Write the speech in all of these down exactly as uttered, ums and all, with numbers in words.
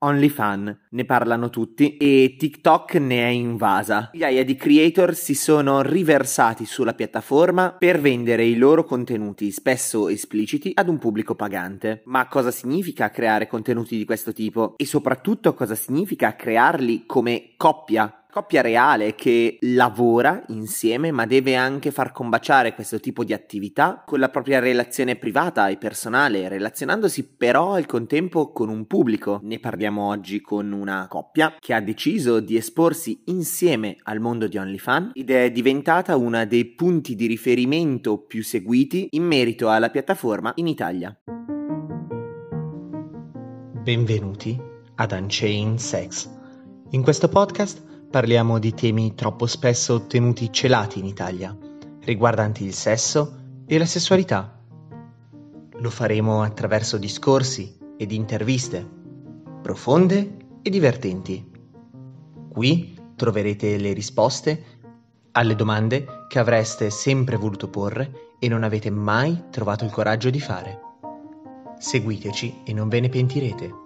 OnlyFans, ne parlano tutti e TikTok ne è invasa. Migliaia di creator si sono riversati sulla piattaforma per vendere i loro contenuti, spesso espliciti, ad un pubblico pagante. Ma cosa significa creare contenuti di questo tipo? E soprattutto cosa significa crearli come coppia? Coppia reale che lavora insieme ma deve anche far combaciare questo tipo di attività con la propria relazione privata e personale, relazionandosi però al contempo con un pubblico. Ne parliamo oggi con una coppia che ha deciso di esporsi insieme al mondo di OnlyFans ed è diventata una dei punti di riferimento più seguiti in merito alla piattaforma in Italia. Benvenuti ad Unchained Sex. In questo podcast parliamo di temi troppo spesso tenuti celati in Italia, riguardanti il sesso e la sessualità. Lo faremo attraverso discorsi ed interviste, profonde e divertenti. Qui troverete le risposte alle domande che avreste sempre voluto porre e non avete mai trovato il coraggio di fare. Seguiteci e non ve ne pentirete.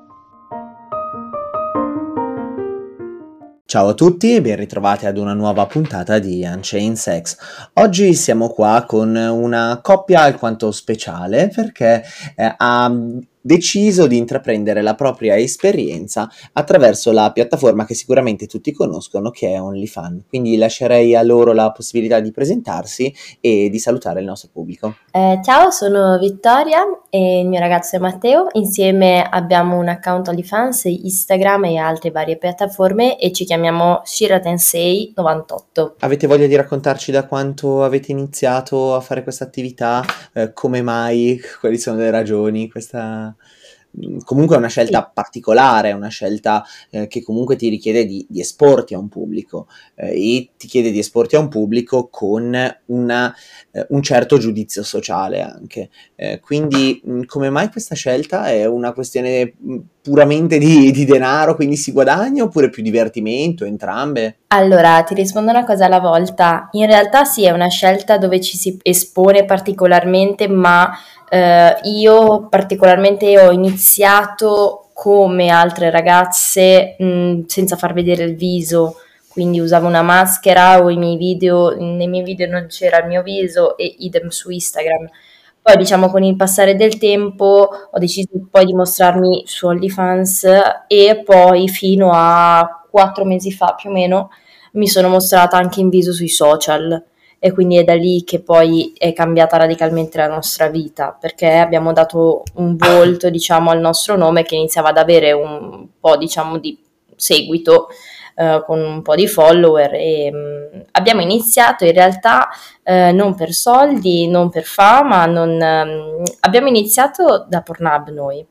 Ciao a tutti e ben ritrovati ad una nuova puntata di Unchained Sex. Oggi siamo qua con una coppia alquanto speciale perché eh, ha deciso di intraprendere la propria esperienza attraverso la piattaforma che sicuramente tutti conoscono, che è OnlyFans. Quindi lascerei a loro la possibilità di presentarsi e di salutare il nostro pubblico. Eh, ciao, sono Vittoria e il mio ragazzo è Matteo. Insieme abbiamo un account OnlyFans, Instagram e altre varie piattaforme e ci chiamiamo Shira Tensei novantotto. Avete voglia di raccontarci da quanto avete iniziato a fare questa attività? Eh, come mai? Quali sono le ragioni? Questa comunque è una scelta sì. particolare, è una scelta eh, che comunque ti richiede di, di esporti a un pubblico eh, e ti chiede di esporti a un pubblico con una, eh, un certo giudizio sociale anche. Eh, quindi mh, come mai questa scelta? È una questione mh, puramente di, di denaro, quindi si guadagna, oppure più divertimento, entrambe? Allora, ti rispondo una cosa alla volta. In realtà sì, è una scelta dove ci si espone particolarmente, ma eh, io particolarmente ho iniziato come altre ragazze mh, senza far vedere il viso, quindi usavo una maschera o i miei video, nei miei video non c'era il mio viso e idem su Instagram. Poi diciamo con il passare del tempo ho deciso poi di mostrarmi su OnlyFans e poi fino a quattro mesi fa più o meno mi sono mostrata anche in viso sui social e quindi è da lì che poi è cambiata radicalmente la nostra vita, perché abbiamo dato un volto diciamo al nostro nome che iniziava ad avere un po' diciamo di seguito Uh, con un po' di follower e um, abbiamo iniziato in realtà uh, non per soldi, non per fama, non, um, abbiamo iniziato da Pornhub noi.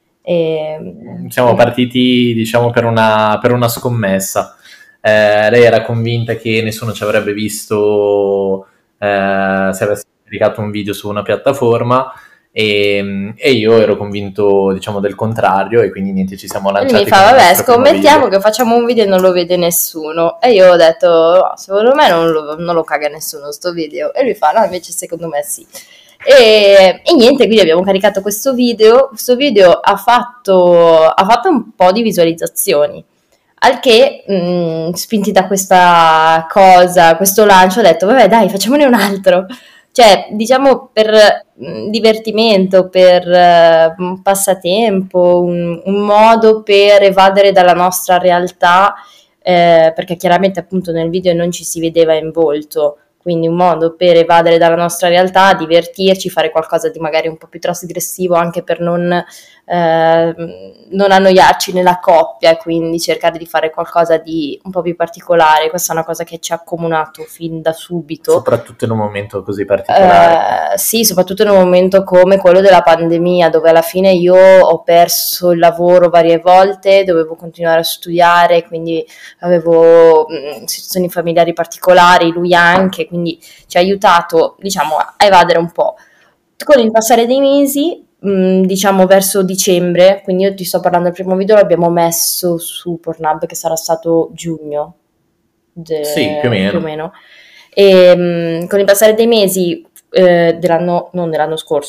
E, Siamo partiti diciamo per una, per una scommessa. Eh, lei era convinta che nessuno ci avrebbe visto eh, se avesse caricato un video su una piattaforma. E, e io ero convinto diciamo del contrario e quindi niente, ci siamo lanciati. Lui mi fa vabbè scommettiamo che facciamo un video e non lo vede nessuno e io ho detto oh, secondo me non lo, non lo caga nessuno sto video e lui fa no invece secondo me sì e, e niente, quindi abbiamo caricato questo video questo video ha fatto, ha fatto un po' di visualizzazioni, al che mh, spinti da questa cosa, questo lancio ho detto vabbè dai facciamone un altro. Cioè, diciamo per mh, divertimento, per uh, un passatempo, un, un modo per evadere dalla nostra realtà, eh, perché chiaramente appunto nel video non ci si vedeva in volto, quindi un modo per evadere dalla nostra realtà, divertirci, fare qualcosa di magari un po' più trasgressivo anche per non, eh, non annoiarci nella coppia, quindi cercare di fare qualcosa di un po' più particolare. Questa è una cosa che ci ha accomunato fin da subito. Soprattutto in un momento così particolare. Eh, sì, soprattutto in un momento come quello della pandemia, dove alla fine io ho perso il lavoro varie volte, dovevo continuare a studiare, quindi avevo mh, situazioni familiari particolari, lui anche, quindi ci ha aiutato, diciamo, a evadere un po'. Con il passare dei mesi, mh, diciamo verso dicembre, quindi io ti sto parlando del primo video, l'abbiamo messo su Pornhub, che sarà stato giugno. De, sì, più o meno. Più o meno. E mh, con il passare dei mesi, eh, dell'anno, non dell'anno scorso,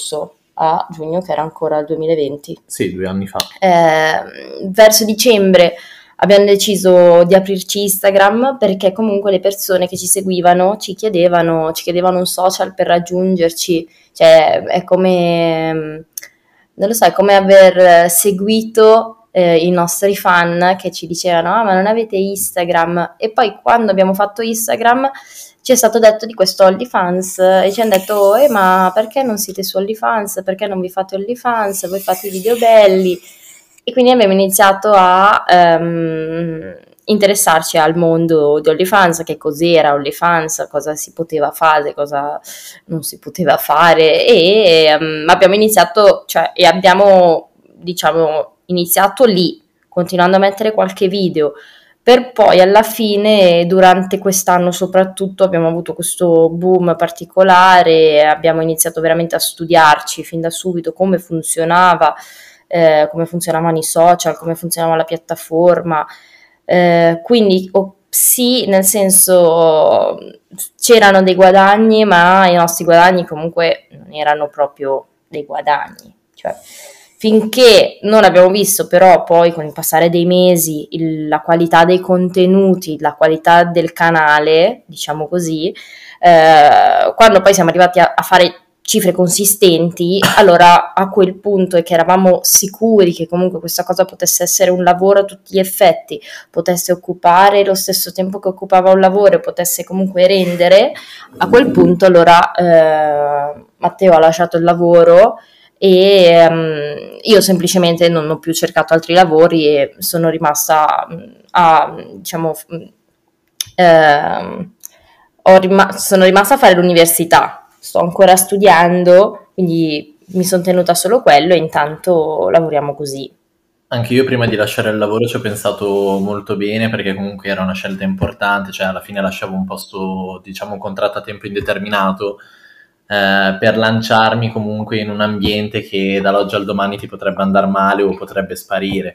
a giugno, che era ancora il duemilaventi. Sì, due anni fa. Eh, verso dicembre abbiamo deciso di aprirci Instagram, perché comunque le persone che ci seguivano ci chiedevano, ci chiedevano un social per raggiungerci, cioè è come, non lo so, è come aver seguito eh, i nostri fan che ci dicevano: ah, ma non avete Instagram? E poi quando abbiamo fatto Instagram ci è stato detto di questo OnlyFans e ci hanno detto: eh, ma perché non siete su OnlyFans? Perché non vi fate OnlyFans? Voi fate i video belli. E quindi abbiamo iniziato a um, interessarci al mondo di OnlyFans, che cos'era OnlyFans, cosa si poteva fare, cosa non si poteva fare, e um, abbiamo iniziato, cioè, e abbiamo, diciamo, iniziato lì, continuando a mettere qualche video, per poi alla fine, durante quest'anno soprattutto, abbiamo avuto questo boom particolare, abbiamo iniziato veramente a studiarci fin da subito come funzionava, eh, come funzionavano i social, come funzionava la piattaforma, eh, quindi oh, sì, nel senso c'erano dei guadagni, ma i nostri guadagni comunque non erano proprio dei guadagni, cioè finché non abbiamo visto però poi con il passare dei mesi il, la qualità dei contenuti, la qualità del canale, diciamo così, eh, quando poi siamo arrivati a, a fare cifre consistenti, allora a quel punto è che eravamo sicuri che comunque questa cosa potesse essere un lavoro a tutti gli effetti, potesse occupare lo stesso tempo che occupava un lavoro e potesse comunque rendere, a quel punto allora eh, Matteo ha lasciato il lavoro e um, io semplicemente non ho più cercato altri lavori e sono rimasta a, diciamo, eh, ho rima- sono rimasta a fare l'università. Sto ancora studiando, quindi mi sono tenuta solo quello e intanto lavoriamo così. Anche io prima di lasciare il lavoro ci ho pensato molto bene, perché comunque era una scelta importante, cioè alla fine lasciavo un posto, diciamo un contratto a tempo indeterminato, eh, per lanciarmi comunque in un ambiente che dall'oggi al domani ti potrebbe andare male o potrebbe sparire.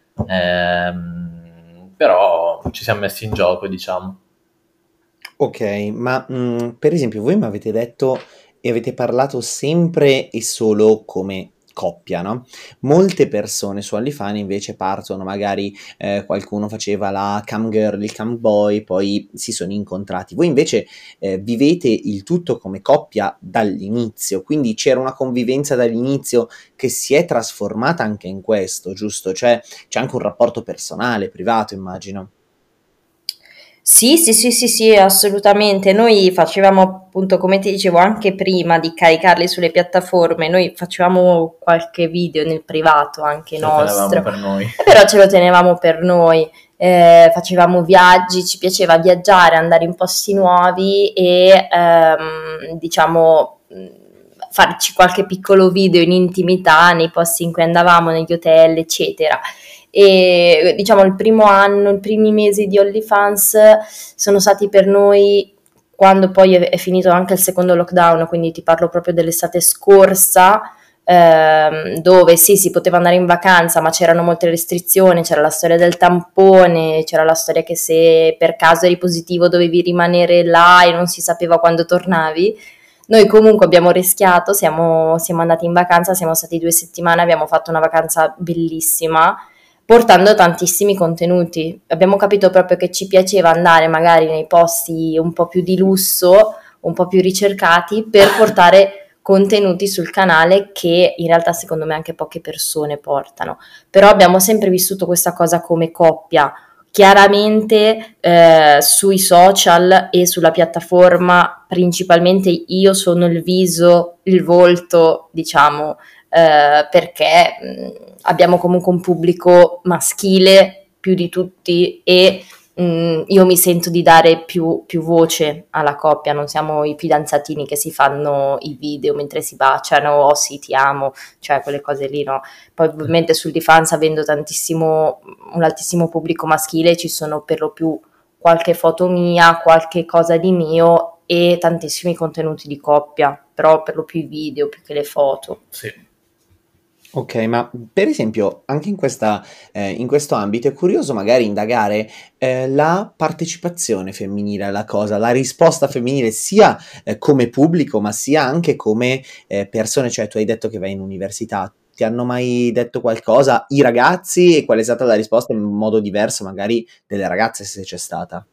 Ehm, però ci siamo messi in gioco, diciamo. Ok, ma mh, per esempio voi mi avete detto e avete parlato sempre e solo come coppia, no? Molte persone su OnlyFans invece partono, magari eh, qualcuno faceva la cam girl, il cam boy, poi si sono incontrati. Voi invece eh, vivete il tutto come coppia dall'inizio, quindi c'era una convivenza dall'inizio che si è trasformata anche in questo, giusto? Cioè c'è anche un rapporto personale, privato, immagino. Sì, sì, sì, sì, sì, assolutamente. Noi facevamo appunto, come ti dicevo, anche prima di caricarli sulle piattaforme, noi facevamo qualche video nel privato anche Ce lo tenevamo nostro, per noi. e però ce lo tenevamo per noi. Eh, facevamo viaggi, ci piaceva viaggiare, andare in posti nuovi e ehm, diciamo mh, farci qualche piccolo video in intimità nei posti in cui andavamo, negli hotel, eccetera. E diciamo il primo anno, i primi mesi di OnlyFans sono stati per noi, quando poi è, è finito anche il secondo lockdown, quindi ti parlo proprio dell'estate scorsa, ehm, dove sì, si poteva andare in vacanza, ma c'erano molte restrizioni, c'era la storia del tampone, c'era la storia che se per caso eri positivo dovevi rimanere là e non si sapeva quando tornavi. Noi comunque abbiamo rischiato, siamo, siamo andati in vacanza, siamo stati due settimane, abbiamo fatto una vacanza bellissima, portando tantissimi contenuti. Abbiamo capito proprio che ci piaceva andare magari nei posti un po' più di lusso, un po' più ricercati, per portare contenuti sul canale che in realtà secondo me anche poche persone portano. Però abbiamo sempre vissuto questa cosa come coppia. Chiaramente eh, sui social e sulla piattaforma principalmente io sono il viso, il volto, diciamo, eh, perché mh, abbiamo comunque un pubblico maschile più di tutti e mh, io mi sento di dare più, più voce alla coppia, non siamo i fidanzatini che si fanno i video mentre si baciano o sì ti amo, cioè quelle cose lì, no? Poi ovviamente sul OnlyFans, avendo tantissimo, un altissimo pubblico maschile, ci sono per lo più qualche foto mia, qualche cosa di mio e tantissimi contenuti di coppia, però per lo più i video più che le foto. Sì. Ok, ma per esempio anche in questa, eh, in questo ambito è curioso magari indagare eh, la partecipazione femminile alla cosa, la risposta femminile sia eh, come pubblico ma sia anche come eh, persone, cioè tu hai detto che vai in università, ti hanno mai detto qualcosa i ragazzi e qual è stata la risposta in modo diverso magari delle ragazze se c'è stata?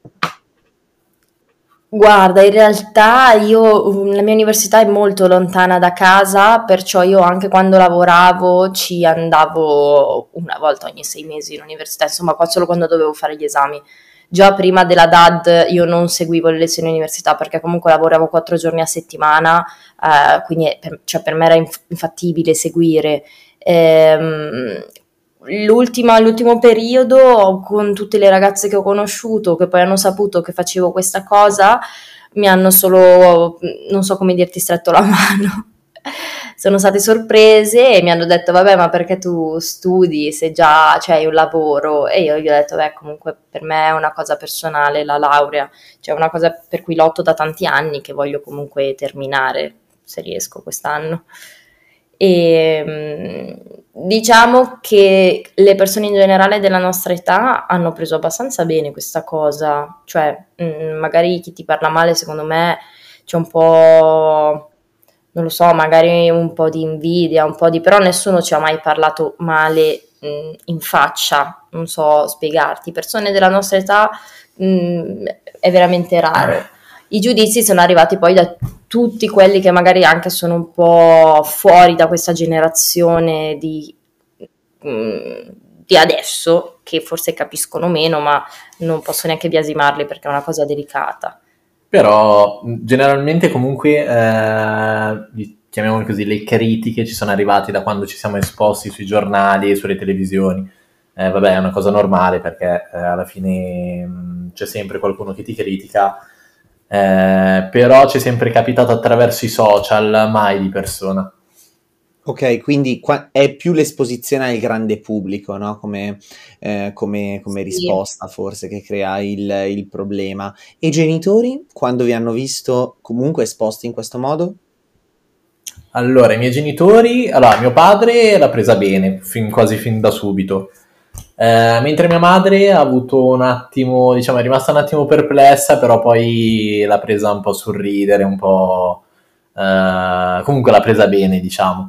Guarda, in realtà io, mm, la mia università è molto lontana da casa, perciò io anche quando lavoravo ci andavo una volta ogni sei mesi in università, insomma, qua solo quando dovevo fare gli esami. Già prima della D A D io non seguivo le lezioni all'università perché comunque lavoravo quattro giorni a settimana, eh, quindi per, cioè per me era inf- infattibile seguire. Ehm, l'ultima- l'ultimo periodo con tutte le ragazze che ho conosciuto che poi hanno saputo che facevo questa cosa mi hanno solo, non so come dirti, stretto la mano. Sono state sorprese e mi hanno detto vabbè ma perché tu studi se già c'hai un lavoro, e io gli ho detto beh comunque per me è una cosa personale la laurea, cioè una cosa per cui lotto da tanti anni che voglio comunque terminare se riesco quest'anno. E mh, diciamo che le persone in generale della nostra età hanno preso abbastanza bene questa cosa, cioè mh, magari chi ti parla male secondo me c'è un po', non lo so, magari un po' di invidia, un po' di, però nessuno ci ha mai parlato male mh, in faccia, non so spiegarti, persone della nostra età mh, è veramente raro. I giudizi sono arrivati poi da tutti quelli che magari anche sono un po' fuori da questa generazione di, mm, di adesso, che forse capiscono meno, ma non posso neanche biasimarli perché è una cosa delicata. Però mh, generalmente comunque, eh, di- chiamiamole così, le critiche ci sono arrivate da quando ci siamo esposti sui giornali e sulle televisioni. Eh, vabbè, è una cosa normale perché eh, alla fine mh, c'è sempre qualcuno che ti critica, eh, però ci è sempre capitato attraverso i social, mai di persona. Ok, quindi qua è più l'esposizione al grande pubblico, no? Come, eh, come- come Sì. risposta forse che crea il, il problema. E i genitori, quando vi hanno visto comunque esposti in questo modo? Allora, i miei genitori, allora, mio padre l'ha presa bene, fin, quasi fin da subito. Eh, mentre mia madre ha avuto un attimo, diciamo, è rimasta un attimo perplessa, però poi l'ha presa un po' sul ridere, un po'... eh, comunque l'ha presa bene, diciamo.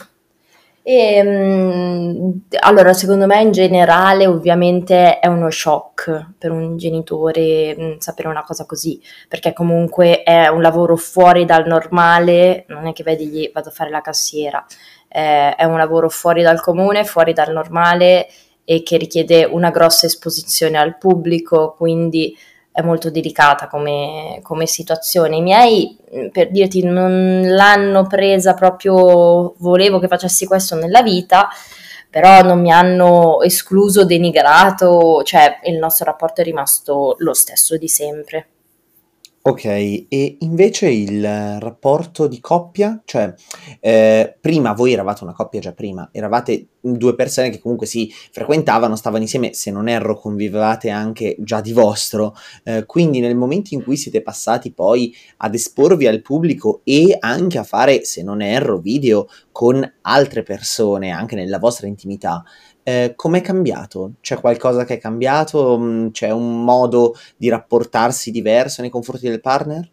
E, mh, allora, secondo me in generale ovviamente è uno shock per un genitore mh, sapere una cosa così, perché comunque è un lavoro fuori dal normale, non è che vedi, vado a fare la cassiera, eh, è un lavoro fuori dal comune, fuori dal normale e che richiede una grossa esposizione al pubblico, quindi è molto delicata come, come situazione. I miei, mh, per dirti, non l'hanno presa proprio, volevo che facessi questo nella vita, però non mi hanno escluso, denigrato, cioè il nostro rapporto è rimasto lo stesso di sempre. Ok, e invece il rapporto di coppia, cioè eh, prima voi eravate una coppia già prima, eravate due persone che comunque si frequentavano, stavano insieme, se non erro convivevate anche già di vostro, eh, quindi nel momento in cui siete passati poi ad esporvi al pubblico e anche a fare, se non erro, video con altre persone, anche nella vostra intimità, eh, com'è cambiato? C'è qualcosa che è cambiato? Mm, C'è un modo di rapportarsi diverso nei confronti del partner?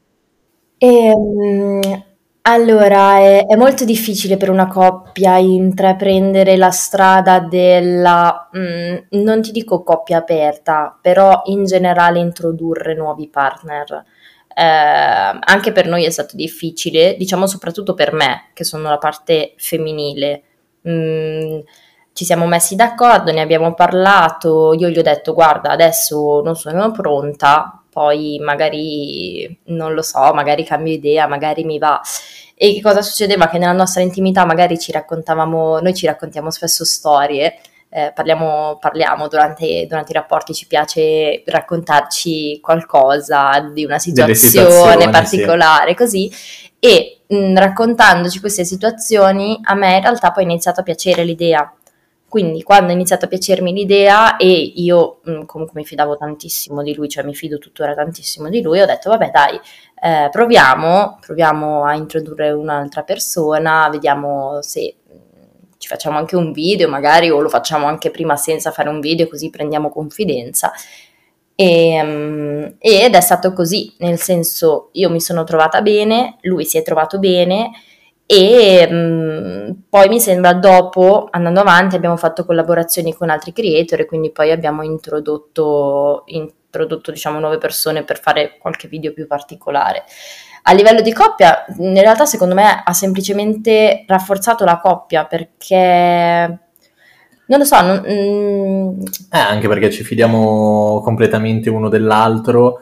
Ehm, allora, è, è molto difficile per una coppia intraprendere la strada della, mm, non ti dico coppia aperta, però in generale introdurre nuovi partner. Eh, anche per noi è stato difficile, diciamo soprattutto per me, che sono la parte femminile. Mm, ci siamo messi d'accordo, ne abbiamo parlato, io gli ho detto guarda, adesso non sono pronta, poi magari non lo so, magari cambio idea, magari mi va. E che cosa succedeva? Che nella nostra intimità magari ci raccontavamo, noi ci raccontiamo spesso storie, eh, parliamo, parliamo durante, durante i rapporti, ci piace raccontarci qualcosa di una Delle situazione situazioni, sì. particolare, così, e mh, raccontandoci queste situazioni a me in realtà poi è iniziato a piacere l'idea. Quindi quando ha iniziato a piacermi l'idea e io mh, comunque mi fidavo tantissimo di lui, cioè mi fido tuttora tantissimo di lui, ho detto vabbè dai, eh, proviamo, proviamo a introdurre un'altra persona, vediamo se, ci facciamo anche un video magari, o lo facciamo anche prima senza fare un video, così prendiamo confidenza. E, um, ed è stato così, nel senso, io mi sono trovata bene, lui si è trovato bene, e um, poi mi sembra dopo, andando avanti, abbiamo fatto collaborazioni con altri creator, e quindi poi abbiamo introdotto, introdotto diciamo nuove persone per fare qualche video più particolare. A livello di coppia, in realtà secondo me ha semplicemente rafforzato la coppia, perché non lo so, non, mm, Eh, anche perché ci fidiamo completamente uno dell'altro,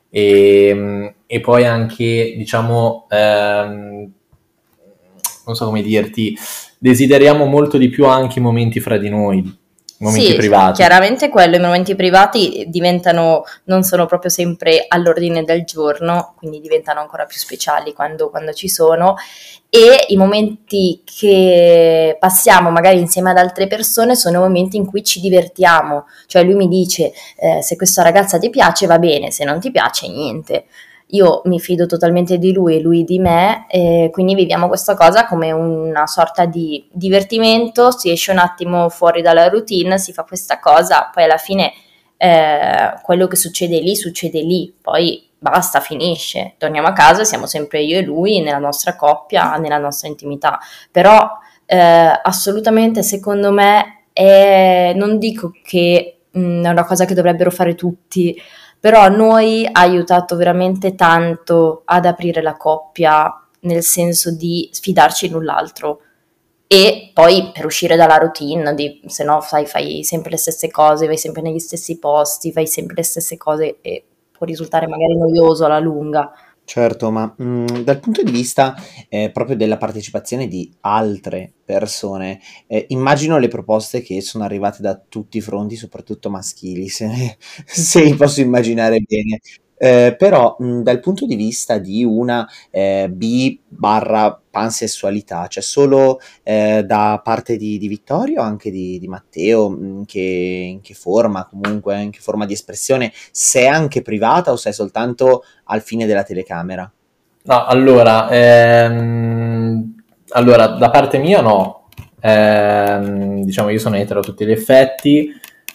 e, e poi anche, diciamo, ehm, non so come dirti, desideriamo molto di più anche i momenti fra di noi, i momenti sì, privati. chiaramente quello, i momenti privati diventano, non sono proprio sempre all'ordine del giorno, quindi diventano ancora più speciali quando, quando ci sono, e i momenti che passiamo magari insieme ad altre persone sono momenti in cui ci divertiamo, cioè lui mi dice eh, se questa ragazza ti piace va bene, se non ti piace niente. Io mi fido totalmente di lui e lui di me, e quindi viviamo questa cosa come una sorta di divertimento, si esce un attimo fuori dalla routine, si fa questa cosa, poi alla fine eh, quello che succede lì succede lì, poi basta, finisce, torniamo a casa, siamo sempre io e lui nella nostra coppia, nella nostra intimità, però eh, assolutamente secondo me è, non dico che mh, è una cosa che dovrebbero fare tutti, però a noi ha aiutato veramente tanto ad aprire la coppia, nel senso di sfidarci l'un l'altro, e poi per uscire dalla routine, di, se no fai, fai sempre le stesse cose, vai sempre negli stessi posti, fai sempre le stesse cose e può risultare magari noioso alla lunga. Certo, ma mh, dal punto di vista eh, proprio della partecipazione di altre persone, eh, immagino le proposte che sono arrivate da tutti i fronti, soprattutto maschili, se, se mi posso immaginare bene. Eh, però mh, dal punto di vista di una eh, bi barra pansessualità, cioè solo eh, da parte di, di Vittorio o anche di, di Matteo, mh, in che, in che forma comunque, in che forma di espressione, se è anche privata o se è soltanto al fine della telecamera? No, allora, ehm, allora, da parte mia no. Ehm, diciamo, io sono etero a tutti gli effetti,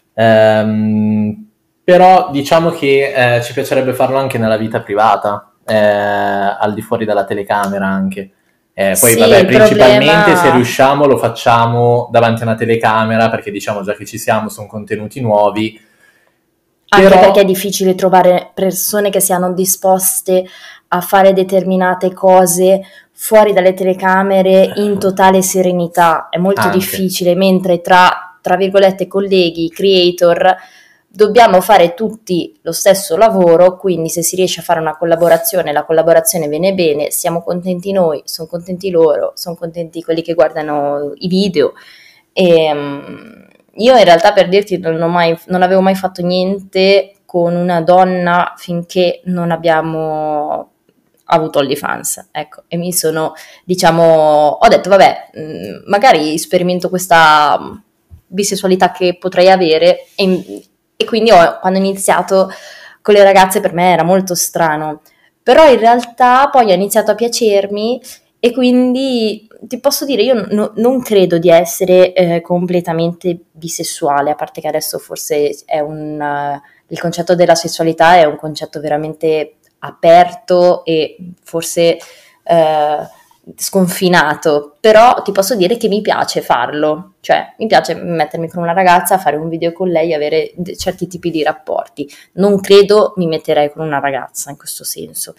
ehm, però diciamo che eh, ci piacerebbe farlo anche nella vita privata, eh, al di fuori dalla telecamera anche. Eh, poi Sì, vabbè, il principalmente problema- se riusciamo lo facciamo davanti a una telecamera, perché diciamo già che ci siamo, sono contenuti nuovi. Anche Però- perché è difficile trovare persone che siano disposte a fare determinate cose fuori dalle telecamere in totale serenità. È molto Anche. difficile, mentre tra, tra virgolette, colleghi, creator, dobbiamo fare tutti lo stesso lavoro, quindi se si riesce a fare una collaborazione, la collaborazione viene bene, siamo contenti noi, sono contenti loro, sono contenti quelli che guardano i video. E, um, io in realtà, per dirti, non, ho mai, non avevo mai fatto niente con una donna finché non abbiamo avuto OnlyFans, ecco, e mi sono, diciamo, ho detto vabbè, mh, magari sperimento questa mh, bisessualità che potrei avere, e, e quindi ho, quando ho iniziato con le ragazze per me era molto strano, però in realtà poi ha iniziato a piacermi, e quindi ti posso dire, io no- non credo di essere eh, completamente bisessuale, a parte che adesso forse è un, eh, il concetto della sessualità è un concetto veramente aperto e forse eh, sconfinato, però ti posso dire che mi piace farlo, cioè mi piace mettermi con una ragazza, fare un video con lei, avere de- certi tipi di rapporti. Non credo mi metterei con una ragazza in questo senso.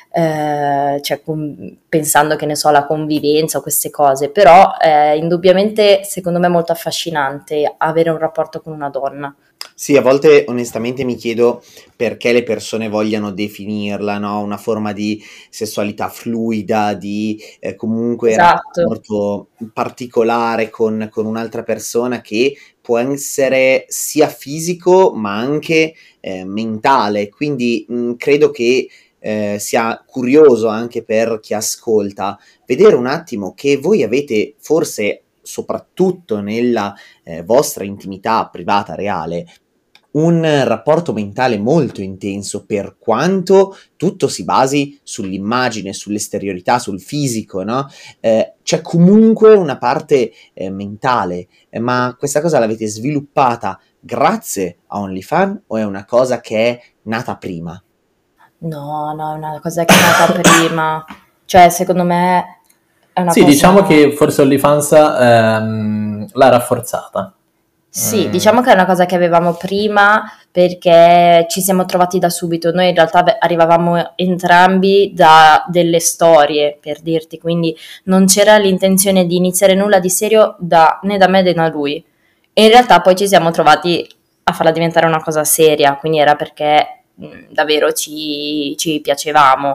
Eh, cioè, com- pensando che ne so, la convivenza o queste cose, però eh, indubbiamente secondo me è molto affascinante avere un rapporto con una donna. Sì, a volte onestamente mi chiedo perché le persone vogliano definirla, no? Una forma di sessualità fluida, di eh, comunque Esatto. rapporto particolare con, con un'altra persona, che può essere sia fisico ma anche eh, mentale. Quindi mh, credo che eh, sia curioso anche per chi ascolta vedere un attimo che voi avete, forse soprattutto nella eh, vostra intimità privata reale, un rapporto mentale molto intenso, per quanto tutto si basi sull'immagine, sull'esteriorità, sul fisico, no? Eh, c'è comunque una parte eh, mentale, eh, ma questa cosa l'avete sviluppata grazie a OnlyFans o è una cosa che è nata prima? No, no, è una cosa che è nata prima. Cioè, secondo me è una Sì, cosa... diciamo che forse OnlyFans ehm, l'ha rafforzata. Sì, Mm. diciamo che è una cosa che avevamo prima perché ci siamo trovati da subito. Noi in realtà ave- arrivavamo entrambi da delle storie, per dirti, quindi non c'era l'intenzione di iniziare nulla di serio da- né da me né da lui. E in realtà poi ci siamo trovati a farla diventare una cosa seria, quindi era perché mh, davvero ci, ci piacevamo.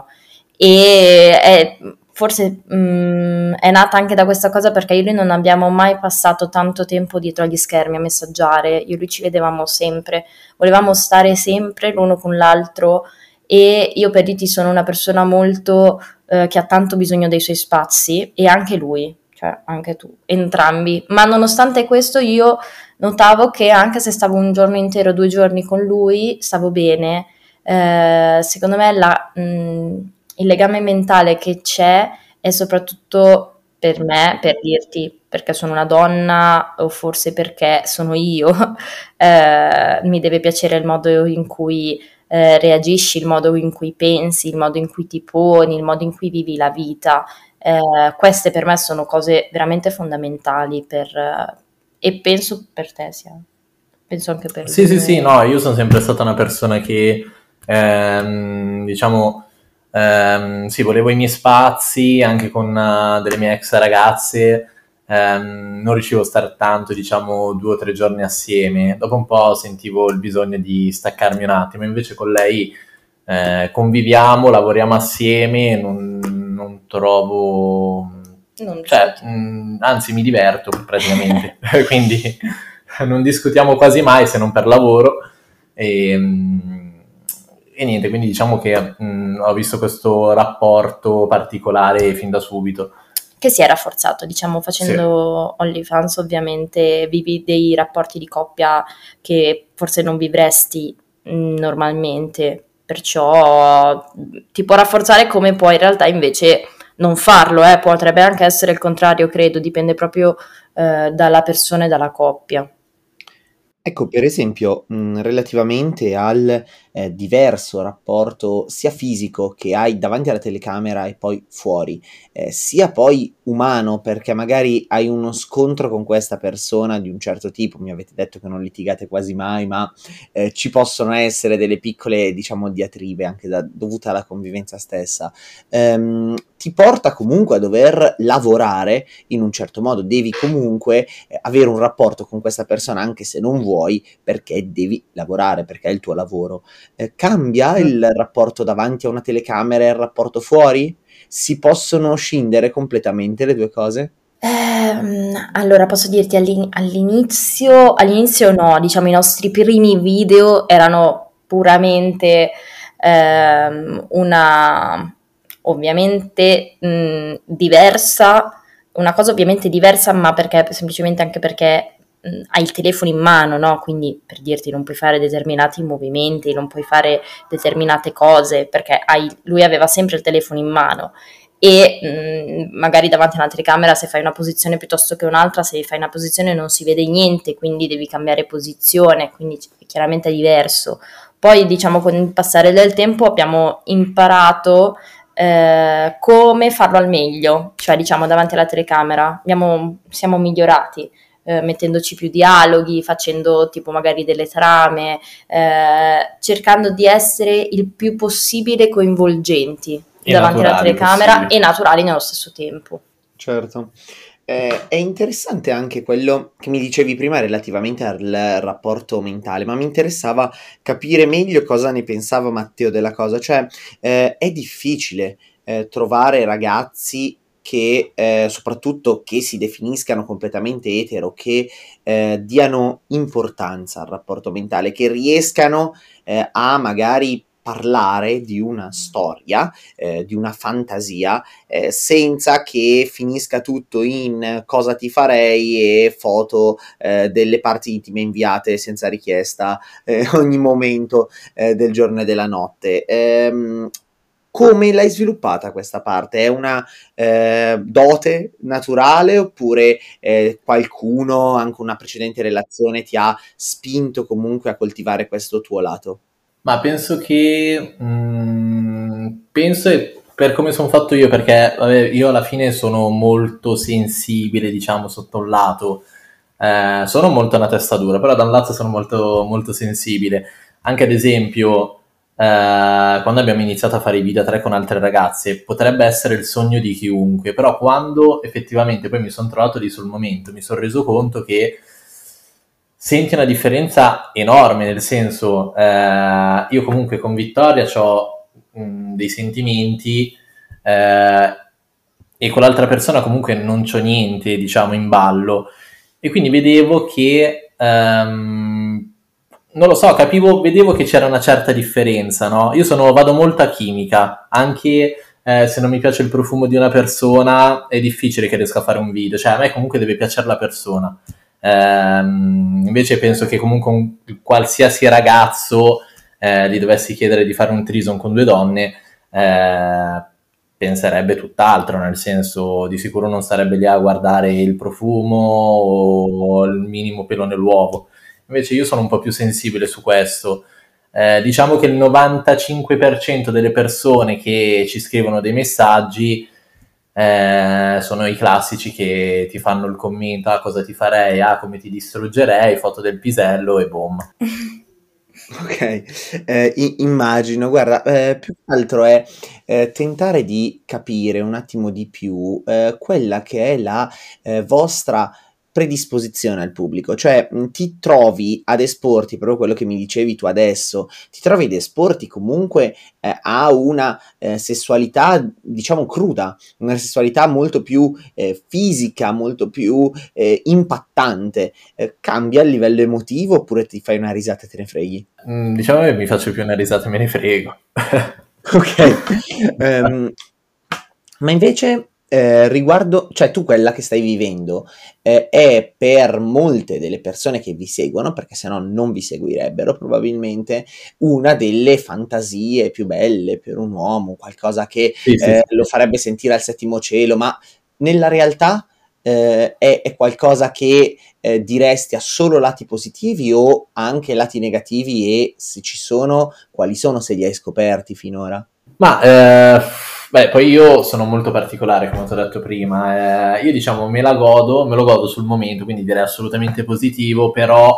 E è, forse mh, è nata anche da questa cosa perché io e lui non abbiamo mai passato tanto tempo dietro agli schermi a messaggiare, io e lui ci vedevamo sempre, volevamo stare sempre l'uno con l'altro e io per dirti sono una persona molto eh, che ha tanto bisogno dei suoi spazi e anche lui, cioè anche tu, entrambi, ma nonostante questo io notavo che anche se stavo un giorno intero, due giorni con lui, stavo bene. Eh, secondo me la, mh, il legame mentale che c'è è soprattutto per me, per dirti, perché sono una donna o forse perché sono io, eh, mi deve piacere il modo in cui eh, reagisci, il modo in cui pensi, il modo in cui ti poni, il modo in cui vivi la vita. Eh, queste per me sono cose veramente fondamentali per, eh, e penso per te sia, penso anche per Sì, sì, sì, lui. no, io sono sempre stata una persona che, ehm, diciamo, ehm, sì, volevo i miei spazi, anche con eh, delle mie ex ragazze, ehm, non riuscivo a stare tanto, diciamo, due o tre giorni assieme. Dopo un po' sentivo il bisogno di staccarmi un attimo, invece con lei eh, conviviamo, lavoriamo assieme, non, non trovo... Non Cioè, discuti. mh, anzi, mi diverto praticamente, quindi non discutiamo quasi mai se non per lavoro e, mh, e niente, quindi diciamo che mh, ho visto questo rapporto particolare fin da subito. Che si è rafforzato, diciamo, Sì. facendo OnlyFans ovviamente vivi dei rapporti di coppia che forse non vivresti mh, normalmente, perciò mh, ti può rafforzare come puoi in realtà invece non farlo, eh, potrebbe anche essere il contrario, credo, dipende proprio eh, dalla persona e dalla coppia. Ecco, per esempio, mh, relativamente al eh, diverso rapporto sia fisico che hai davanti alla telecamera e poi fuori, eh, sia poi umano, perché magari hai uno scontro con questa persona di un certo tipo, mi avete detto che non litigate quasi mai, ma eh, ci possono essere delle piccole, diciamo, diatribe anche da- dovute alla convivenza stessa, ehm, ti porta comunque a dover lavorare in un certo modo, devi comunque eh, avere un rapporto con questa persona anche se non vuoi, perché devi lavorare, perché è il tuo lavoro. Eh, cambia il rapporto davanti a una telecamera e il rapporto fuori? Si possono scindere completamente le due cose? Ehm, allora posso dirti all'in- all'inizio, all'inizio no, diciamo i nostri primi video erano puramente ehm, una ovviamente mh, diversa, una cosa ovviamente diversa, ma perché semplicemente anche perché mh, hai il telefono in mano, no? Quindi per dirti non puoi fare determinati movimenti, non puoi fare determinate cose, perché hai- lui aveva sempre il telefono in mano e mh, magari davanti a una telecamera se fai una posizione piuttosto che un'altra, se fai una posizione non si vede niente, quindi devi cambiare posizione, quindi chiaramente è diverso. Poi diciamo con il passare del tempo abbiamo imparato eh, come farlo al meglio, cioè diciamo davanti alla telecamera, abbiamo, siamo migliorati. Eh, mettendoci più dialoghi, facendo tipo magari delle trame, eh, cercando di essere il più possibile coinvolgenti E davanti alla naturali telecamera possibili. e naturali nello stesso tempo. Certo. Eh, è interessante anche quello che mi dicevi prima relativamente al rapporto mentale, ma mi interessava capire meglio cosa ne pensava Matteo della cosa. Cioè, eh, è difficile eh, trovare ragazzi che, eh, soprattutto che si definiscano completamente etero, che eh, diano importanza al rapporto mentale, che riescano eh, a magari parlare di una storia, eh, di una fantasia eh, senza che finisca tutto in cosa ti farei e foto eh, delle parti intime inviate senza richiesta eh, ogni momento eh, del giorno e della notte. Ehm, Come l'hai sviluppata questa parte? È una eh, dote naturale oppure eh, qualcuno, anche una precedente relazione, ti ha spinto comunque a coltivare questo tuo lato? Ma penso che mm, penso e per come sono fatto io, perché vabbè, io alla fine sono molto sensibile, diciamo, sotto un lato. Eh, sono molto una testa dura, però da un lato sono molto, molto sensibile. Anche ad esempio, eh, quando abbiamo iniziato a fare i video a tre con altre ragazze, potrebbe essere il sogno di chiunque, però quando effettivamente poi mi sono trovato lì sul momento, mi sono reso conto che senti una differenza enorme, nel senso, eh, io comunque con Vittoria ho dei sentimenti eh, e con l'altra persona comunque non c'ho niente, diciamo, in ballo, e quindi vedevo che ehm, non lo so, capivo, vedevo che c'era una certa differenza, no? Io sono, vado molto a chimica, anche eh, se non mi piace il profumo di una persona è difficile che riesca a fare un video, cioè a me comunque deve piacere la persona. Ehm, invece penso che comunque un qualsiasi ragazzo eh, gli dovessi chiedere di fare un threesome con due donne, eh, penserebbe tutt'altro, nel senso di sicuro non starebbe lì a guardare il profumo o il minimo pelo nell'uovo. Invece io sono un po' più sensibile su questo. Eh, diciamo che il novantacinque per cento delle persone che ci scrivono dei messaggi eh, sono i classici che ti fanno il commento: ah, cosa ti farei, ah, come ti distruggerei, foto del pisello e boom. Ok, eh, i- immagino, guarda, eh, più che altro è eh, tentare di capire un attimo di più eh, quella che è la eh, vostra predisposizione al pubblico, cioè mh, ti trovi ad esporti, proprio quello che mi dicevi tu adesso, ti trovi ad esporti comunque eh, a una eh, sessualità, diciamo, cruda, una sessualità molto più eh, fisica, molto più eh, impattante. Eh, cambia il livello emotivo oppure ti fai una risata e te ne freghi? Mm, diciamo che mi faccio più una risata e me ne frego. Ok, ehm, ma invece eh, riguardo, cioè tu quella che stai vivendo eh, è per molte delle persone che vi seguono, perché sennò non vi seguirebbero probabilmente, una delle fantasie più belle per un uomo, qualcosa che Sì, sì, eh, sì. lo farebbe sentire al settimo cielo, ma nella realtà eh, è, è qualcosa che eh, diresti a solo lati positivi o anche lati negativi, e se ci sono, quali sono, se li hai scoperti finora? Ma eh, beh, poi io sono molto particolare, come ti ho detto prima. Eh, io diciamo me la godo, me lo godo sul momento, quindi direi assolutamente positivo, però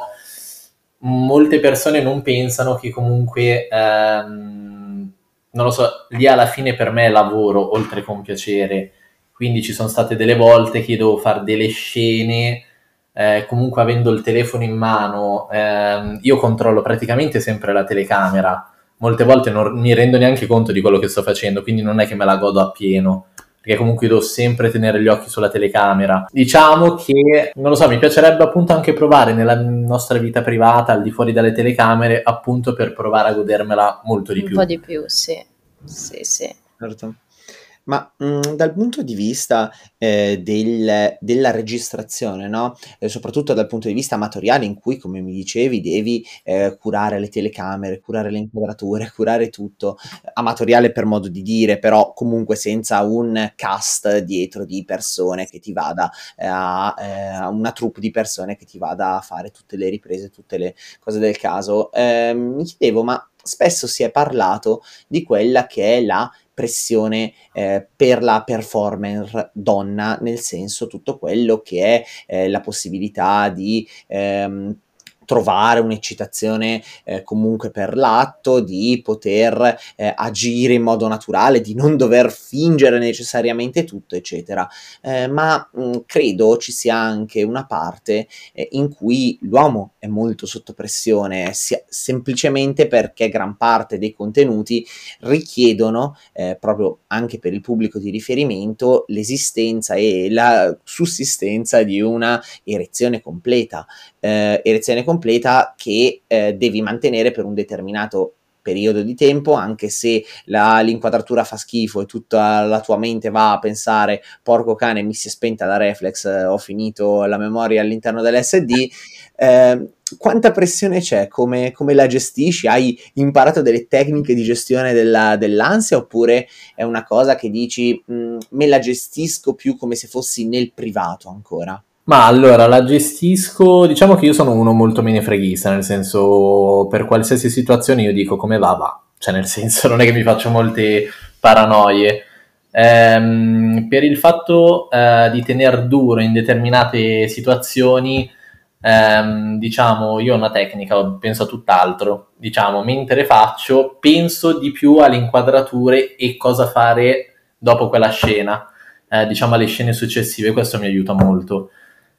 molte persone non pensano che comunque, ehm, non lo so, lì alla fine per me è lavoro, oltre che un piacere. Quindi ci sono state delle volte che io devo fare delle scene, eh, comunque avendo il telefono in mano, ehm, io controllo praticamente sempre la telecamera. Molte volte non mi rendo neanche conto di quello che sto facendo, quindi non è che me la godo appieno, perché comunque devo sempre tenere gli occhi sulla telecamera. Diciamo che, non lo so, mi piacerebbe appunto anche provare nella nostra vita privata, al di fuori dalle telecamere, appunto per provare a godermela molto di Un più. po' di più, sì. Sì, sì. Certo. Ma mh, dal punto di vista eh, del- della registrazione, no? Eh, soprattutto dal punto di vista amatoriale, in cui, come mi dicevi, devi eh, curare le telecamere, curare le inquadrature, curare tutto, amatoriale per modo di dire, però comunque senza un cast dietro di persone che ti vada eh, a, eh, a una troupe di persone che ti vada a fare tutte le riprese, tutte le cose del caso. Eh, mi chiedevo, ma spesso si è parlato di quella che è la pressione eh, per la performer donna, nel senso tutto quello che è eh, la possibilità di ehm, trovare un'eccitazione eh, comunque per l'atto, di poter eh, agire in modo naturale, di non dover fingere necessariamente tutto, eccetera. Eh, ma mh, credo ci sia anche una parte eh, in cui l'uomo è molto sotto pressione, sia, semplicemente perché gran parte dei contenuti richiedono eh, proprio anche per il pubblico di riferimento l'esistenza e la sussistenza di una erezione completa, eh, erezione completa che eh, devi mantenere per un determinato periodo di tempo, anche se la, l'inquadratura fa schifo e tutta la tua mente va a pensare porco cane, mi si è spenta la reflex, eh, ho finito la memoria all'interno dell'esse di. Eh, quanta pressione c'è? Come, come la gestisci? Hai imparato delle tecniche di gestione della, dell'ansia, oppure è una cosa che dici mh, me la gestisco più come se fossi nel privato ancora? Ma allora la gestisco, diciamo che io sono uno molto menefreghista, nel senso per qualsiasi situazione io dico come va, va, cioè nel senso non è che mi faccio molte paranoie. Ehm, per il fatto eh, di tener duro in determinate situazioni, ehm, diciamo io ho una tecnica, penso a tutt'altro, diciamo mentre faccio penso di più alle inquadrature e cosa fare dopo quella scena, eh, diciamo alle scene successive, questo mi aiuta molto.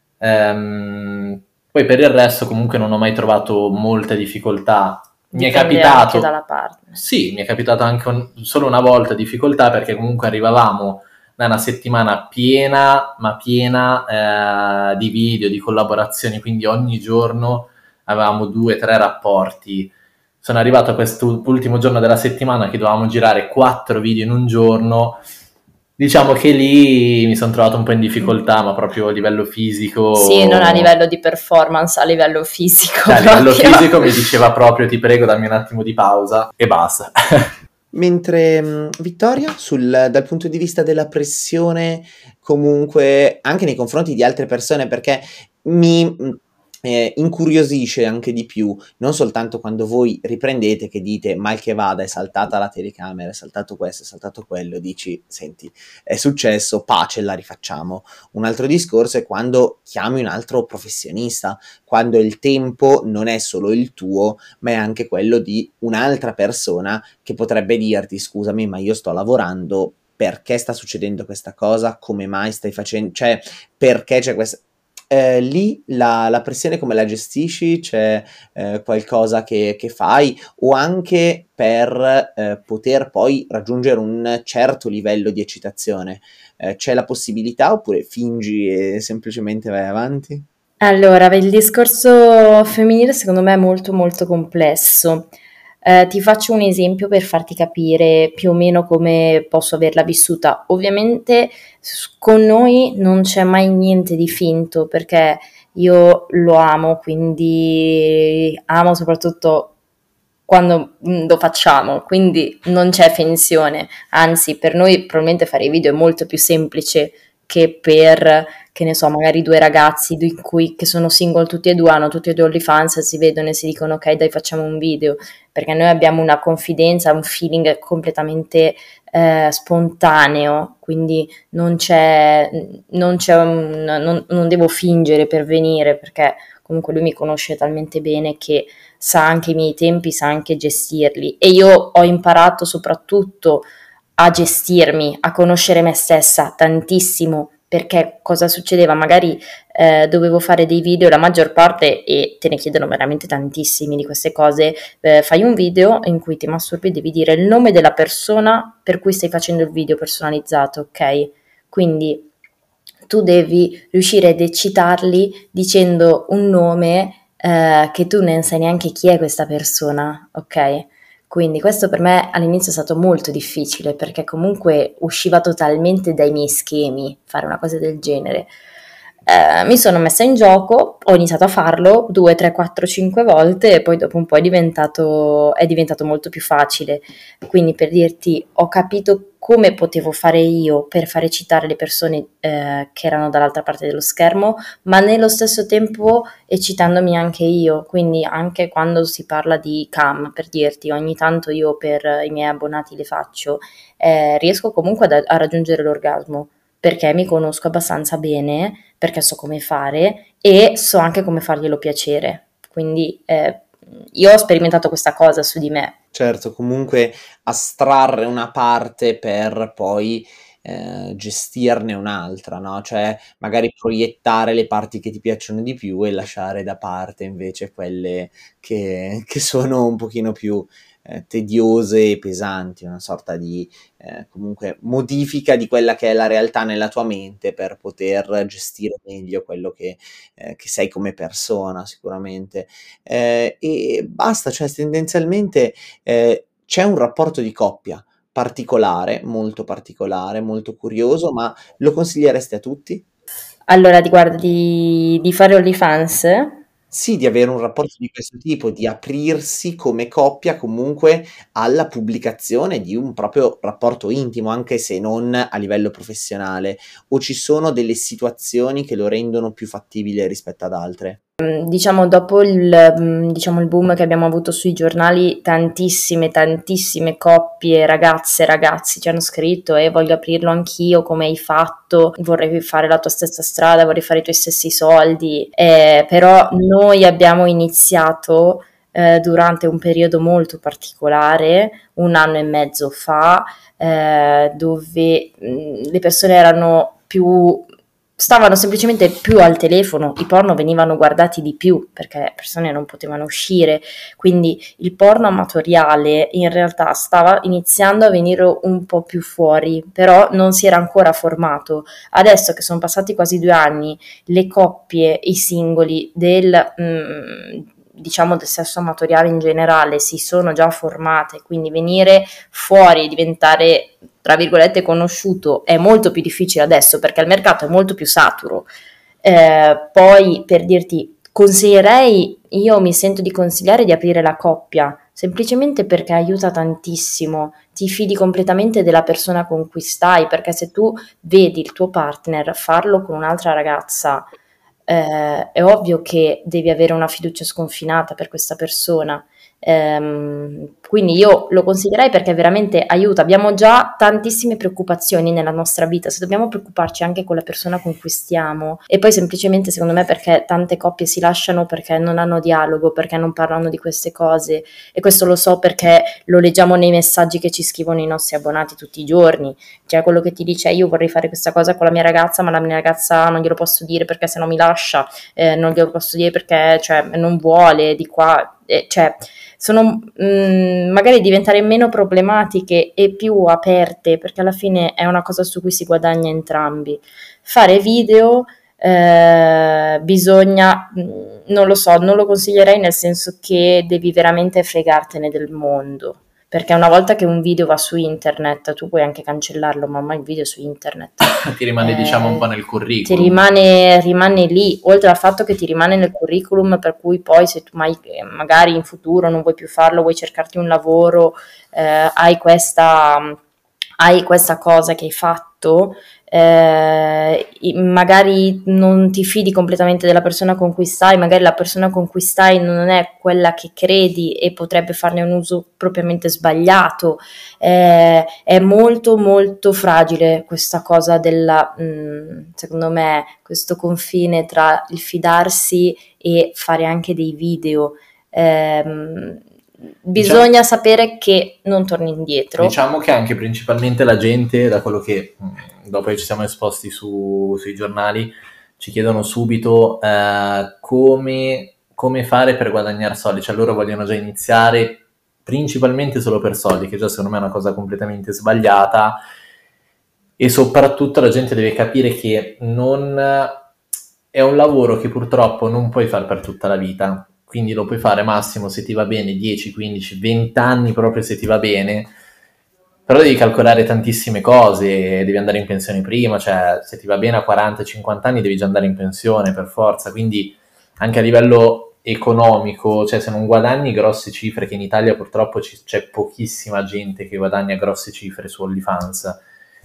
Ehm, poi per il resto comunque non ho mai trovato molte difficoltà. Mi è Dipende capitato, anche dalla parte. sì, mi è capitato anche un- solo una volta difficoltà perché comunque arrivavamo da una settimana piena, ma piena eh, di video, di collaborazioni, quindi ogni giorno avevamo due, tre rapporti. Sono arrivato a quest'ultimo giorno della settimana che dovevamo girare quattro video in un giorno. Diciamo che lì mi sono trovato un po' in difficoltà, ma proprio a livello fisico. Sì, non a livello di performance, a livello fisico. Cioè, a livello proprio. fisico mi diceva proprio ti prego dammi un attimo di pausa e basta. Mentre mh, Vittoria, sul, dal punto di vista della pressione, comunque anche nei confronti di altre persone, perché mi mh, eh, incuriosisce anche di più, non soltanto quando voi riprendete che dite mal che vada, è saltata la telecamera, è saltato questo, è saltato quello, dici senti, è successo, pace, la rifacciamo. Un altro discorso è quando chiami un altro professionista, quando il tempo non è solo il tuo, ma è anche quello di un'altra persona che potrebbe dirti scusami ma io sto lavorando, perché sta succedendo questa cosa, come mai stai facendo, cioè perché c'è questa. Eh, lì la, la pressione come la gestisci? C'è eh, qualcosa che, che fai o anche per eh, poter poi raggiungere un certo livello di eccitazione? Eh, c'è la possibilità oppure fingi e semplicemente vai avanti? Allora, beh, il discorso femminile secondo me è molto molto complesso. Eh, ti faccio un esempio per farti capire più o meno come posso averla vissuta. Ovviamente s- con noi non c'è mai niente di finto perché io lo amo, quindi amo soprattutto quando mm, lo facciamo, quindi non c'è finzione. Anzi, per noi probabilmente fare i video è molto più semplice che per, che ne so, magari due ragazzi di cui, che sono single tutti e due, hanno tutti e due OnlyFans, si vedono e si dicono ok dai facciamo un video, perché noi abbiamo una confidenza, un feeling completamente eh, spontaneo, quindi non c'è, non, c'è un, non, non devo fingere per venire, perché comunque lui mi conosce talmente bene che sa anche i miei tempi, sa anche gestirli e io ho imparato soprattutto a gestirmi, a conoscere me stessa tantissimo, perché cosa succedeva? Magari eh, dovevo fare dei video, la maggior parte, e te ne chiedono veramente tantissimi di queste cose, eh, fai un video in cui ti masturbi, devi dire il nome della persona per cui stai facendo il video personalizzato, ok? Quindi tu devi riuscire ad eccitarli dicendo un nome eh, che tu non sai neanche chi è questa persona, ok? Quindi questo per me all'inizio è stato molto difficile perché comunque usciva totalmente dai miei schemi fare una cosa del genere. Eh, mi sono messa in gioco, ho iniziato a farlo due, tre, quattro, cinque volte e poi dopo un po' è diventato, è diventato molto più facile. Quindi per dirti, ho capito come potevo fare io per far eccitare le persone eh, che erano dall'altra parte dello schermo, ma nello stesso tempo eccitandomi anche io. Quindi anche quando si parla di cam, per dirti, ogni tanto io per i miei abbonati le faccio, eh, riesco comunque a, a raggiungere l'orgasmo perché mi conosco abbastanza bene, perché so come fare e so anche come farglielo piacere. Quindi eh, io ho sperimentato questa cosa su di me. Certo, comunque astrarre una parte per poi eh, gestirne un'altra, no? Cioè magari proiettare le parti che ti piacciono di più e lasciare da parte invece quelle che, che sono un pochino più eh, tediose e pesanti, una sorta di eh, comunque modifica di quella che è la realtà nella tua mente per poter gestire meglio quello che, eh, che sei come persona sicuramente. Eh, e basta, cioè tendenzialmente eh, c'è un rapporto di coppia particolare, molto particolare, molto curioso, ma lo consiglieresti a tutti? Allora, ti guarda di, di fare OnlyFans? Sì, di avere un rapporto di questo tipo, di aprirsi come coppia comunque alla pubblicazione di un proprio rapporto intimo, anche se non a livello professionale, o ci sono delle situazioni che lo rendono più fattibile rispetto ad altre? Diciamo, dopo il, mm, diciamo, il boom che abbiamo avuto sui giornali, tantissime, tantissime coppie, ragazze, ragazzi ci hanno scritto e voglio aprirlo anch'io, come hai fatto, vorrei fare la tua stessa strada, vorrei fare i tuoi stessi soldi, eh, però noi abbiamo iniziato eh, durante un periodo molto particolare, un anno e mezzo fa, eh, dove mh, le persone erano più stavano semplicemente più al telefono, i porno venivano guardati di più perché le persone non potevano uscire, quindi il porno amatoriale in realtà stava iniziando a venire un po' più fuori, però non si era ancora formato. Adesso che sono passati quasi due anni, le coppie, i singoli del... Mm, diciamo del sesso amatoriale in generale si sono già formate, quindi venire fuori e diventare tra virgolette conosciuto è molto più difficile adesso perché il mercato è molto più saturo. Eh, poi per dirti consiglierei, io mi sento di consigliare di aprire la coppia semplicemente perché aiuta tantissimo, ti fidi completamente della persona con cui stai, perché se tu vedi il tuo partner farlo con un'altra ragazza, eh, è ovvio che devi avere una fiducia sconfinata per questa persona. Ehm, quindi io lo consiglierei perché veramente aiuta. Abbiamo già tantissime preoccupazioni nella nostra vita, se dobbiamo preoccuparci anche con la persona con cui stiamo, e poi semplicemente secondo me perché tante coppie si lasciano perché non hanno dialogo, perché non parlano di queste cose, e questo lo so perché lo leggiamo nei messaggi che ci scrivono i nostri abbonati tutti i giorni. Cioè quello che ti dice io vorrei fare questa cosa con la mia ragazza, ma la mia ragazza non glielo posso dire perché se no mi lascia, eh, non glielo posso dire perché cioè, non vuole di qua, eh, cioè sono mh, magari diventare meno problematiche e più aperte, perché alla fine è una cosa su cui si guadagna entrambi. Fare video eh, bisogna, mh, non lo so, non lo consiglierei nel senso che devi veramente fregartene del mondo. Perché una volta che un video va su internet, tu puoi anche cancellarlo, ma ormai il video è su internet. Ti rimane, Eh, diciamo, un po' nel ti curriculum. rimane, rimane lì, oltre al fatto che ti rimane nel curriculum, per cui poi se tu mai, eh, magari in futuro non vuoi più farlo, vuoi cercarti un lavoro, eh, hai questa, hai questa cosa che hai fatto, eh, i- magari non ti fidi completamente della persona con cui stai, magari la persona con cui stai non è quella che credi e potrebbe farne un uso propriamente sbagliato. Eh, è molto molto fragile questa cosa della, mh, secondo me, questo confine tra il fidarsi e fare anche dei video. Ehm, Diciamo, bisogna sapere che non torni indietro. diciamo che anche principalmente la gente, da quello che mh, dopo che ci siamo esposti su- sui giornali, ci chiedono subito eh, come, come fare per guadagnare soldi, cioè loro vogliono già iniziare principalmente solo per soldi, che già secondo me è una cosa completamente sbagliata, e soprattutto la gente deve capire che non è un lavoro che purtroppo non puoi fare per tutta la vita, quindi lo puoi fare massimo se ti va bene dieci, quindici, venti anni proprio se ti va bene, però devi calcolare tantissime cose, devi andare in pensione prima, cioè se ti va bene a quaranta cinquanta anni devi già andare in pensione per forza, quindi anche a livello economico, cioè se non guadagni grosse cifre, che in Italia purtroppo ci- c'è pochissima gente che guadagna grosse cifre su OnlyFans,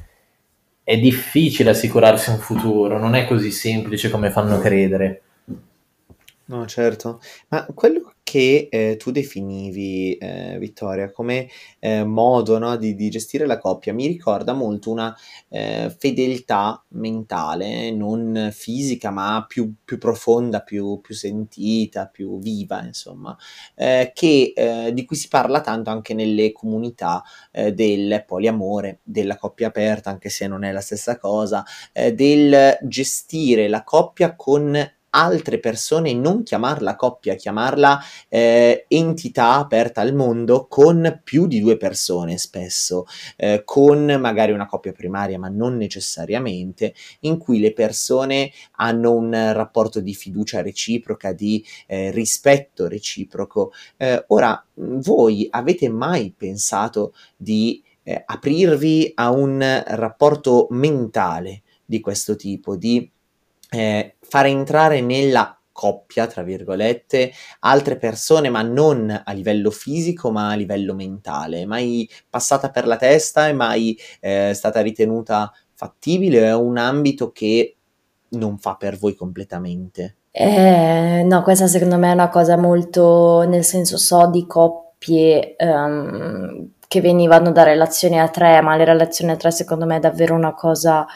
è difficile assicurarsi un futuro, non è così semplice come fanno credere. No, certo. Ma quello che eh, tu definivi, eh, Vittoria, come eh, modo, no, di, di gestire la coppia mi ricorda molto una eh, fedeltà mentale, non fisica, ma più, più profonda, più, più sentita, più viva, insomma, eh, che, eh, di cui si parla tanto anche nelle comunità eh, del poliamore, della coppia aperta, anche se non è la stessa cosa, eh, del gestire la coppia con altre persone, non chiamarla coppia, chiamarla eh, entità aperta al mondo con più di due persone spesso, eh, con magari una coppia primaria, ma non necessariamente, in cui le persone hanno un rapporto di fiducia reciproca, di eh, rispetto reciproco. Eh, ora, voi avete mai pensato di eh, aprirvi a un rapporto mentale di questo tipo, di eh, fare entrare nella coppia, tra virgolette, altre persone, ma non a livello fisico, ma a livello mentale? Mai passata per la testa e mai eh, stata ritenuta fattibile? È un ambito che non fa per voi completamente? Eh, no, questa secondo me è una cosa molto, nel senso so di coppie ehm, che venivano da relazioni a tre, ma le relazioni a tre secondo me è davvero una cosa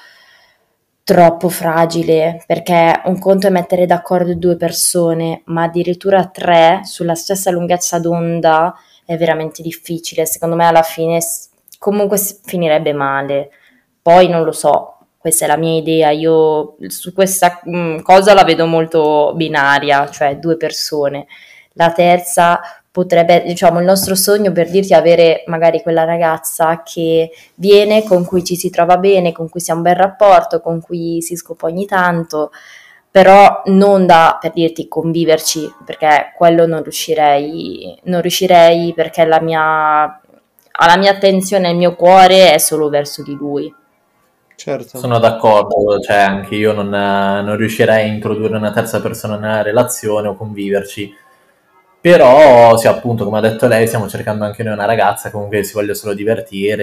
troppo fragile, perché un conto è mettere d'accordo due persone, ma addirittura tre sulla stessa lunghezza d'onda è veramente difficile. Secondo me alla fine s- comunque s- finirebbe male. Poi non lo so, questa è la mia idea. Io su questa mh, cosa la vedo molto binaria, cioè due persone. La terza potrebbe, diciamo, il nostro sogno, per dirti, è avere magari quella ragazza che viene, con cui ci si trova bene, con cui si ha un bel rapporto, con cui si scopa ogni tanto, però non da, per dirti, conviverci, perché quello non riuscirei, non riuscirei perché la mia, la mia attenzione, il mio cuore è solo verso di lui. Certo. Sono d'accordo, cioè anche io non, non riuscirei a introdurre una terza persona nella relazione o conviverci, però sì, appunto, come ha detto lei, stiamo cercando anche noi una ragazza comunque si voglia solo divertire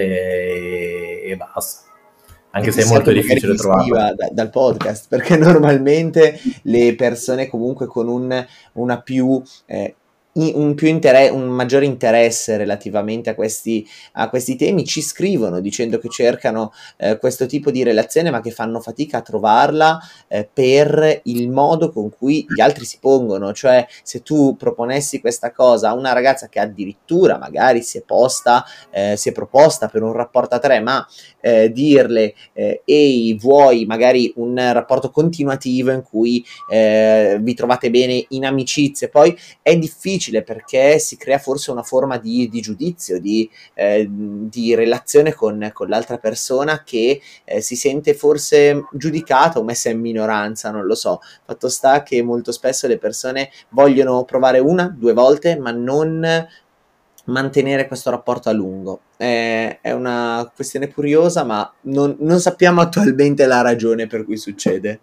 e, e basta, anche E se è chissà molto che magari difficile mi trovarla. iscriva da- dal podcast, perché normalmente le persone comunque con un, una più, eh, i- un, più intere- un maggiore interesse relativamente a questi, a questi temi ci scrivono dicendo che cercano eh, questo tipo di relazione, ma che fanno fatica a trovarla eh, per il modo con cui gli altri si pongono. Cioè, se tu proponessi questa cosa a una ragazza che addirittura magari si è posta, eh, si è proposta per un rapporto a tre, ma eh, dirle eh, ehi, vuoi magari un rapporto continuativo in cui eh, vi trovate bene in amicizie, poi è difficile perché si crea forse una forma di, di giudizio, di, eh, di relazione con, con l'altra persona che eh, si sente forse giudicata o messa in minoranza, non lo so. Fatto sta che molto spesso le persone vogliono provare una, due volte, ma non mantenere questo rapporto a lungo. È, è una questione curiosa, ma non, non sappiamo attualmente la ragione per cui succede.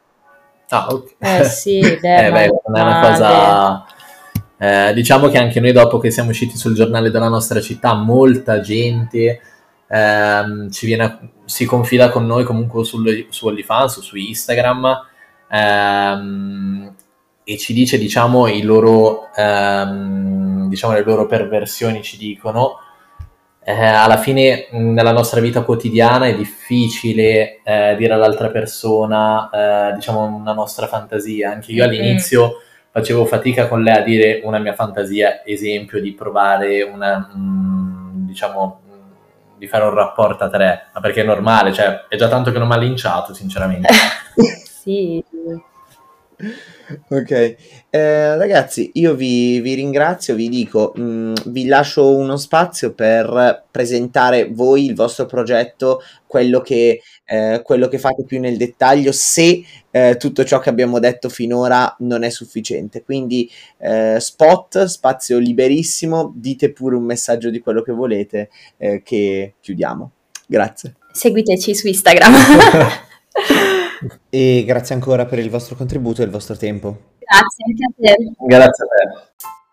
Ah, ok. Eh sì, beh, Eh, ma è beh, non è una normale. cosa... eh, diciamo che anche noi dopo che siamo usciti sul giornale della nostra città, molta gente ehm, ci viene a- si confida con noi comunque sul- su OnlyFans o su Instagram, ehm, e ci dice, diciamo, i loro, ehm, diciamo, le loro perversioni, ci dicono. Eh, alla fine mh, nella nostra vita quotidiana è difficile eh, dire all'altra persona, eh, diciamo, una nostra fantasia. Anche io Mm-mm. all'inizio facevo fatica con lei a dire una mia fantasia, esempio di provare una, mh, diciamo, mh, di fare un rapporto a tre, ma perché è normale, cioè è già tanto che non mi ha linciato, sinceramente. Sì. Ok, eh, ragazzi, io vi, vi ringrazio, vi dico, mh, vi lascio uno spazio per presentare voi il vostro progetto, quello che, eh, quello che fate più nel dettaglio, se eh, tutto ciò che abbiamo detto finora non è sufficiente. Quindi eh, spot, spazio liberissimo, dite pure un messaggio di quello che volete, eh, che chiudiamo. Grazie. Seguiteci su Instagram. E grazie ancora per il vostro contributo e il vostro tempo. Grazie anche a te. Grazie a te.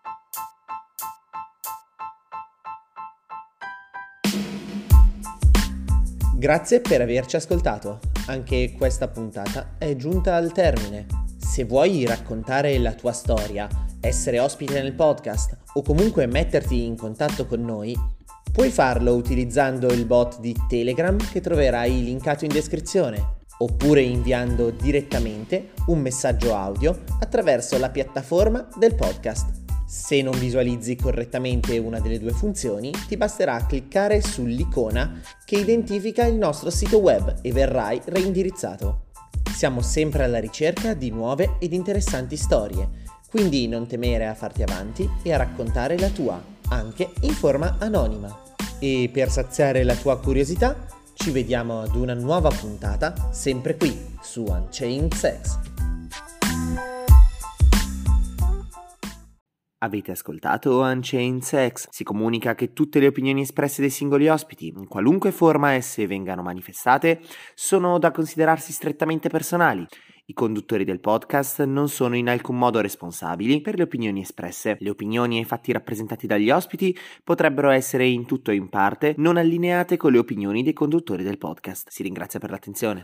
Grazie per averci ascoltato. Anche questa puntata è giunta al termine. Se vuoi raccontare la tua storia, essere ospite nel podcast o comunque metterti in contatto con noi, puoi farlo utilizzando il bot di Telegram che troverai linkato in descrizione, oppure inviando direttamente un messaggio audio attraverso la piattaforma del podcast. Se non visualizzi correttamente una delle due funzioni, ti basterà cliccare sull'icona che identifica il nostro sito web e verrai reindirizzato. Siamo sempre alla ricerca di nuove ed interessanti storie, quindi non temere a farti avanti e a raccontare la tua, anche in forma anonima. E per saziare la tua curiosità, ci vediamo ad una nuova puntata, sempre qui, su Unchained Sex. Avete ascoltato Unchained Sex? Si comunica che tutte le opinioni espresse dai singoli ospiti, in qualunque forma esse vengano manifestate, sono da considerarsi strettamente personali. I conduttori del podcast non sono in alcun modo responsabili per le opinioni espresse. Le opinioni e i fatti rappresentati dagli ospiti potrebbero essere in tutto o in parte non allineate con le opinioni dei conduttori del podcast. Si ringrazia per l'attenzione.